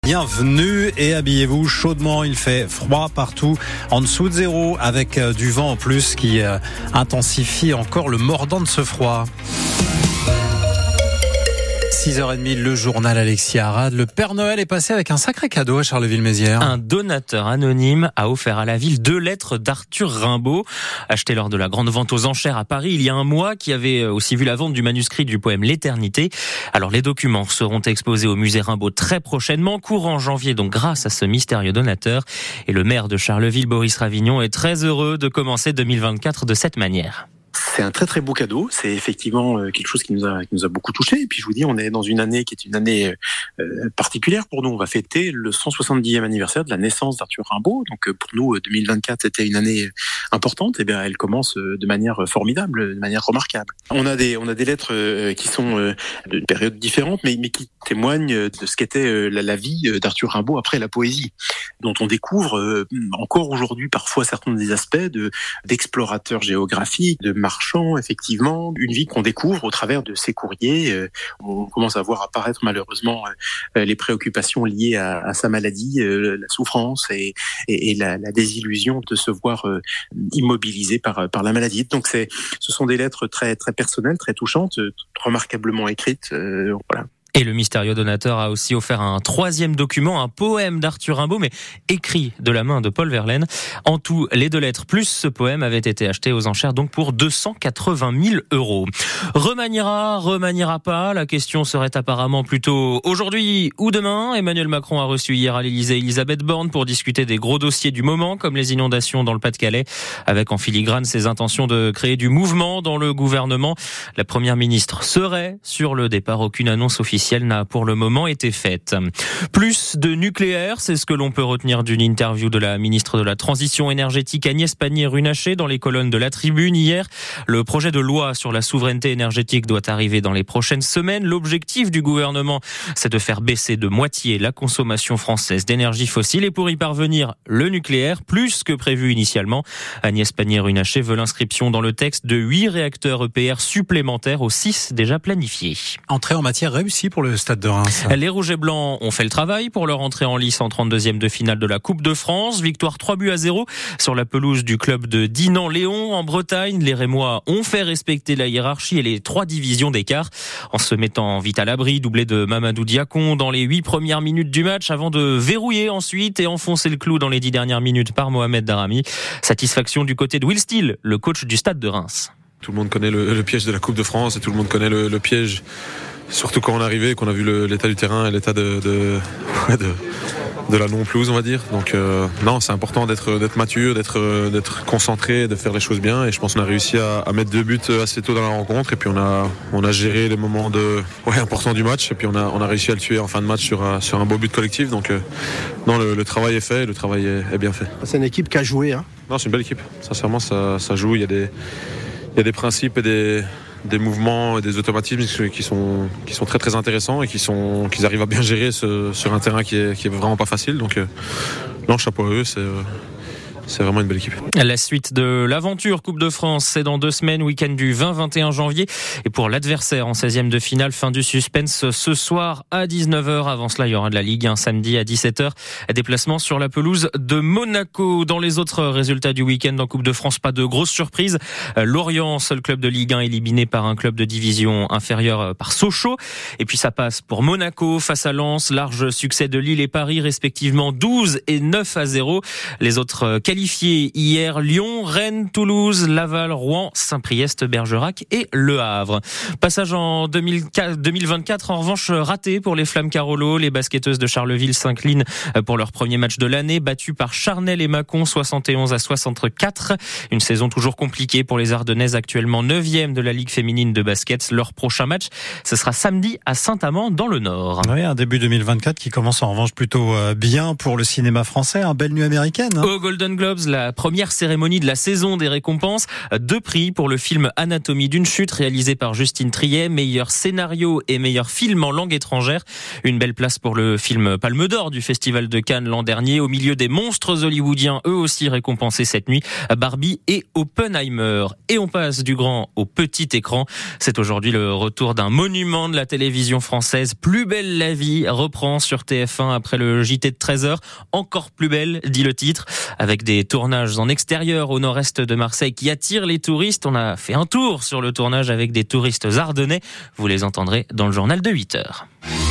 Bienvenue et habillez-vous chaudement, il fait froid partout en dessous de zéro avec du vent en plus qui intensifie encore le mordant de ce froid. 6h30, le journal Alexis Arad. Le Père Noël est passé avec un sacré cadeau à Charleville-Mézières. Un donateur anonyme a offert à la ville 2 lettres d'Arthur Rimbaud, achetées lors de la grande vente aux enchères à Paris il y a un mois, qui avait aussi vu la vente du manuscrit du poème L'Éternité. Alors les documents seront exposés au musée Rimbaud très prochainement, courant janvier, donc grâce à ce mystérieux donateur. Et le maire de Charleville, Boris Ravignon, est très heureux de commencer 2024 de cette manière. C'est un très très beau cadeau. C'est effectivement quelque chose qui nous a beaucoup touché. Et puis je vous dis, on est dans une année qui est une année particulière pour nous. On va fêter le 170e anniversaire de la naissance d'Arthur Rimbaud. Donc pour nous, 2024 c'était une année importante. Et bien elle commence de manière formidable, de manière remarquable. On a des lettres qui sont de périodes différentes, mais qui témoignent de ce qu'était la vie d'Arthur Rimbaud après la poésie, dont on découvre encore aujourd'hui parfois certains des aspects d'explorateurs géographiques, de marchand, effectivement, une vie qu'on découvre au travers de ces courriers. On commence à voir apparaître malheureusement les préoccupations liées à sa maladie, la souffrance et la désillusion de se voir immobilisé par la maladie. Donc ce sont des lettres très très personnelles, très touchantes, remarquablement écrites. Voilà. Et le mystérieux donateur a aussi offert un 3e document, un poème d'Arthur Rimbaud, mais écrit de la main de Paul Verlaine. En tout, les 2 lettres plus ce poème avaient été achetés aux enchères donc pour 280 000 €. Remaniera pas, la question serait apparemment plutôt aujourd'hui ou demain. Emmanuel Macron a reçu hier à l'Élysée Elisabeth Borne pour discuter des gros dossiers du moment, comme les inondations dans le Pas-de-Calais, avec en filigrane ses intentions de créer du mouvement dans le gouvernement. La première ministre serait sur le départ, aucune annonce officielle n'a pour le moment été faite. Plus de nucléaire, c'est ce que l'on peut retenir d'une interview de la ministre de la Transition énergétique Agnès Pannier-Runacher dans les colonnes de La Tribune hier. Le projet de loi sur la souveraineté énergétique doit arriver dans les prochaines semaines. L'objectif du gouvernement, c'est de faire baisser de moitié la consommation française d'énergie fossile et pour y parvenir, le nucléaire, plus que prévu initialement. Agnès Pannier-Runacher veut l'inscription dans le texte de 8 réacteurs EPR supplémentaires aux 6 déjà planifiés. Entrée en matière réussie pour le Stade de Reims. Les Rouges et Blancs ont fait le travail pour leur entrée en lice en 32e de finale de la Coupe de France. Victoire 3-0 sur la pelouse du club de Dinan-Léon en Bretagne. Les Rémois ont fait respecter la hiérarchie et les 3 divisions d'écart en se mettant vite à l'abri, doublé de Mamadou Diakon dans les 8 premières minutes du match avant de verrouiller ensuite et enfoncer le clou dans les 10 dernières minutes par Mohamed Darami. Satisfaction du côté de Will Steele, le coach du Stade de Reims. Tout le monde connaît le piège de la Coupe de France et tout le monde connaît le piège. Surtout quand on est arrivé, qu'on a vu l'état du terrain et l'état de la non-pelouse, on va dire. Donc non, c'est important d'être mature, d'être concentré, de faire les choses bien. Et je pense qu'on a réussi à mettre 2 buts assez tôt dans la rencontre. Et puis on a géré les moments importants du match. Et puis on a réussi à le tuer en fin de match sur un beau but collectif. Donc non, le travail est fait, le travail est bien fait. C'est une équipe qui a joué. Non, c'est une belle équipe. Sincèrement, ça joue. Il y a des principes et des mouvements et des automatismes qui sont très très intéressants et qu'ils arrivent à bien gérer sur un terrain qui est vraiment pas facile. Donc non, chapeau à eux, c'est vraiment une belle équipe. La suite de l'aventure Coupe de France, c'est dans 2 semaines, week-end du 20-21 janvier. Et pour l'adversaire en 16e de finale, fin du suspense ce soir à 19h. Avant cela, il y aura de la Ligue 1 samedi à 17h. Déplacement sur la pelouse de Monaco. Dans les autres résultats du week-end en Coupe de France, pas de grosses surprises. Lorient, seul club de Ligue 1 éliminé par un club de division inférieure par Sochaux. Et puis ça passe pour Monaco face à Lens. Large succès de Lille et Paris, respectivement 12 et 9-0. Les autres qualifiés hier, Lyon, Rennes, Toulouse, Laval, Rouen, Saint-Priest, Bergerac et Le Havre. Passage en 2024 en revanche raté pour les Flammes Carolo. Les basketteuses de Charleville s'inclinent pour leur premier match de l'année, battues par Charnel et Mâcon 71-64. Une saison toujours compliquée pour les Ardennaises, actuellement 9e de la Ligue féminine de basket. Leur prochain match, ce sera samedi à Saint-Amand dans le Nord. Oui, un début 2024 qui commence en revanche plutôt bien pour le cinéma français. Belle nuit américaine. Au Golden Globe, Globes, la première cérémonie de la saison des récompenses. 2 prix pour le film Anatomie d'une chute, réalisé par Justine Triet, meilleur scénario et meilleur film en langue étrangère. Une belle place pour le film Palme d'Or du Festival de Cannes l'an dernier, au milieu des monstres hollywoodiens, eux aussi récompensés cette nuit, Barbie et Oppenheimer. Et on passe du grand au petit écran. C'est aujourd'hui le retour d'un monument de la télévision française. Plus belle la vie reprend sur TF1 après le JT de 13h. Encore plus belle, dit le titre, avec des tournages en extérieur au nord-est de Marseille qui attirent les touristes. On a fait un tour sur le tournage avec des touristes ardennais. Vous les entendrez dans le journal de 8h.